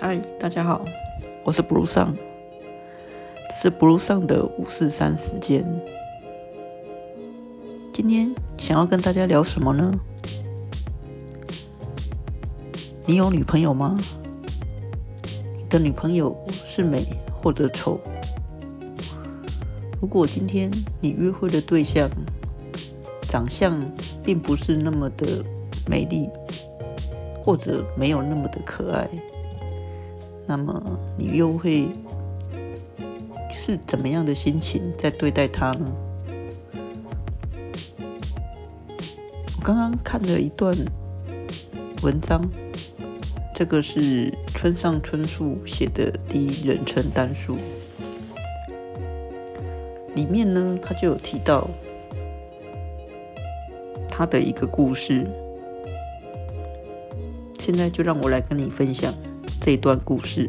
嗨，大家好，我是 Blue Sun， 这是 Blue Sun 的543时间。今天想要跟大家聊什么呢？你有女朋友吗？你的女朋友是美或者丑？如果今天你约会的对象长相并不是那么的美丽，或者没有那么的可爱，那么你又会是怎么样的心情在对待他呢？我刚刚看了一段文章，这个是村上春树写的第一人称单数，里面呢他就有提到他的一个故事，现在就让我来跟你分享这一段故事。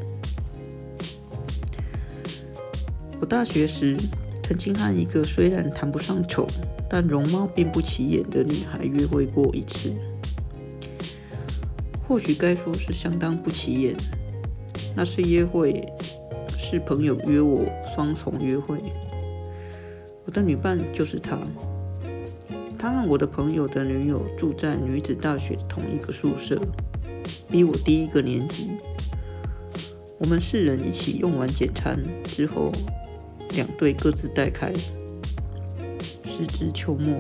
我大学时曾经和一个虽然谈不上丑，但容貌并不起眼的女孩约会过一次。或许该说是相当不起眼。那次约会是朋友约我双重约会，我的女伴就是她。她和我的朋友的女友住在女子大学同一个宿舍，比我低一个年级。我们4人一起用完简餐之后，2队各自带开。时值秋末，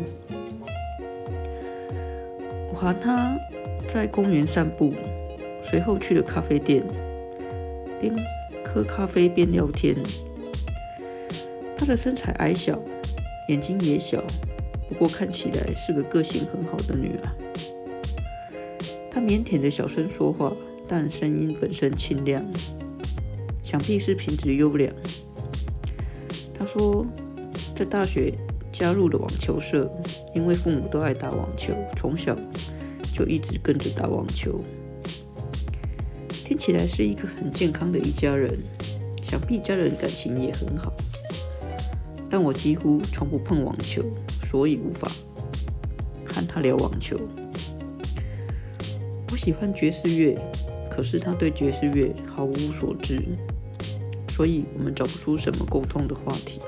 我和她在公园散步，随后去了咖啡店，边喝咖啡边聊天。她的身材矮小，眼睛也小，不过看起来是个个性很好的女孩。她腼腆的小声说话，但声音本身清亮，想必是品质优良。她说，在大学加入了网球社，因为父母都爱打网球，从小就一直跟着打网球。听起来是一个很健康的一家人，想必家人感情也很好。但我几乎从不碰网球，所以无法和他聊网球。我喜欢爵士乐，可是他对爵士乐毫无所知，所以我们找不出什么沟通的话题。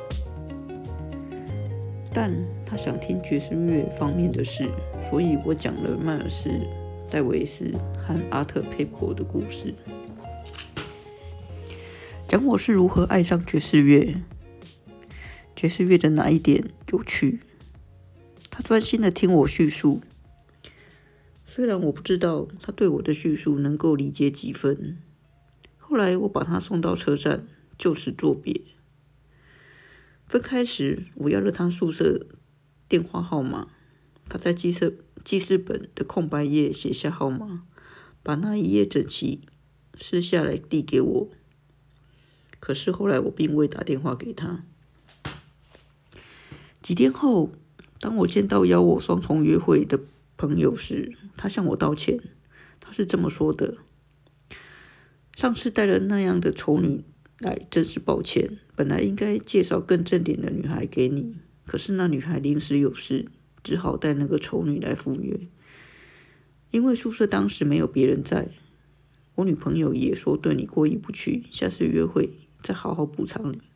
但他想听爵士乐方面的事，所以我讲了迈尔斯·戴维斯和阿特·佩伯的故事，讲我是如何爱上爵士乐，爵士乐的哪一点有趣。他专心的听我叙述，虽然我不知道他对我的叙述能够理解几分。后来我把他送到车站，就此作别。分开时，我要了他宿舍电话号码，他在记事本的空白页写下号码，把那一页整齐撕下来递给我。可是后来我并未打电话给他。几天后，当我见到邀我双重约会的朋友时，他向我道歉。他是这么说的：上次带了那样的丑女来，真是抱歉。本来应该介绍更正点的女孩给你，可是那女孩临时有事，只好带那个丑女来赴约。因为宿舍当时没有别人在，我女朋友也说对你过意不去，下次约会再好好补偿你。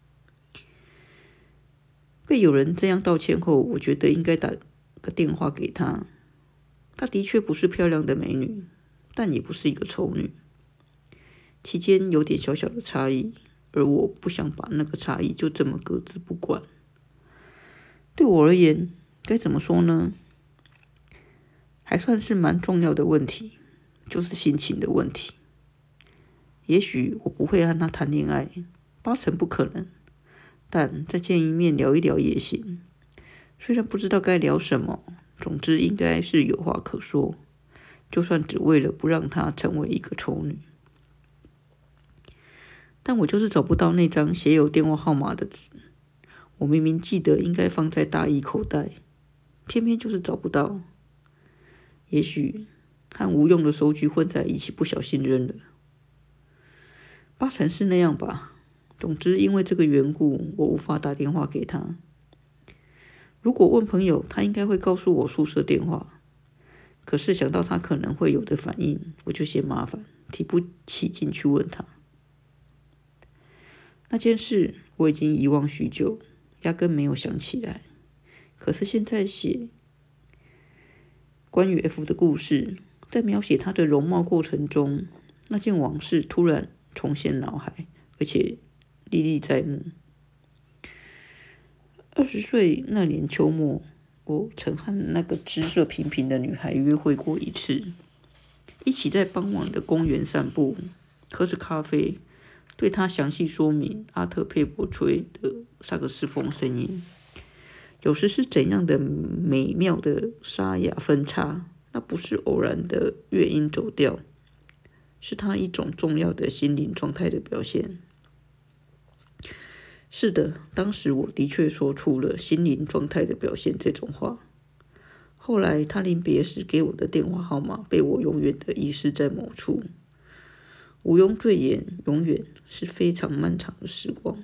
被有人这样道歉后，我觉得应该打个电话给她。她的确不是漂亮的美女，但也不是一个丑女。其间有点小小的差异，而我不想把那个差异就这么搁置不管。对我而言，该怎么说呢？还算是蛮重要的问题，就是心情的问题。也许我不会和他谈恋爱，8成不可能，但再见一面聊一聊也行。虽然不知道该聊什么，总之应该是有话可说，就算只为了不让她成为一个丑女。但我就是找不到那张写有电话号码的纸，我明明记得应该放在大衣口袋，偏偏就是找不到。也许和无用的收据混在一起，不小心扔了。8成是那样吧。总之，因为这个缘故，我无法打电话给他。如果问朋友，他应该会告诉我宿舍电话。可是想到他可能会有的反应，我就嫌麻烦， 提不起劲去问他。那件事我已经遗忘许久，压根没有想起来。可是现在写关于 F 的故事，在描写他的容貌过程中，那件往事突然重现脑海，而且历历在目。20岁那年秋末，我曾和那个姿色平平的女孩约会过一次，一起在傍晚的公园散步，喝着咖啡，对她详细说明阿特佩伯吹的萨克斯风声音，有时是怎样的美妙的沙哑分叉，那不是偶然的乐音走调，是他一种重要的心灵状态的表现。是的，当时我的确说出了心灵状态的表现这种话。后来他临别时给我的电话号码被我永远的遗失在某处。毋庸赘言，永远是非常漫长的时光。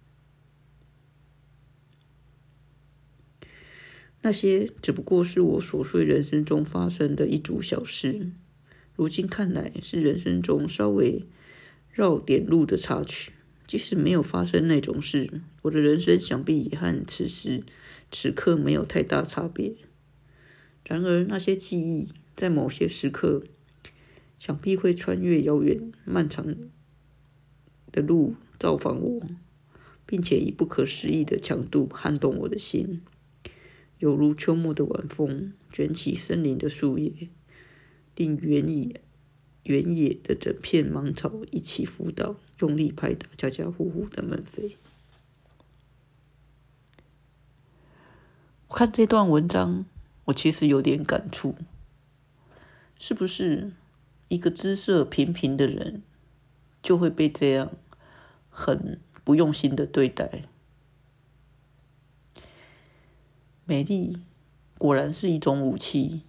那些只不过是我琐碎人生中发生的一组小事，如今看来是人生中稍微绕点路的插曲。即使没有发生那种事，我的人生想必也和此时此刻没有太大差别。然而那些记忆在某些时刻想必会穿越遥远漫长的路造访我，并且以不可思议的强度撼动我的心，犹如秋末的晚风卷起森林的树叶，令原野的整片芒草一起浮倒，用力拍打家家户户的门扉。我看这段文章，我其实有点感触，是不是一个姿色平平的人就会被这样很不用心的对待？美丽果然是一种武器，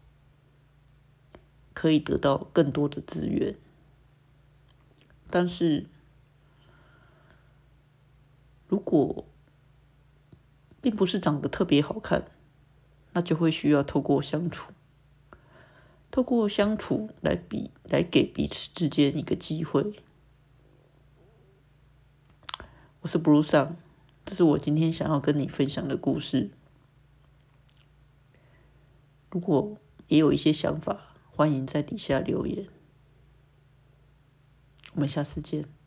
可以得到更多的资源，但是如果并不是长得特别好看，那就会需要透过相处来给彼此之间一个机会。我是 Blue Sun， 这是我今天想要跟你分享的故事。如果也有一些想法，欢迎在底下留言。我们下次见。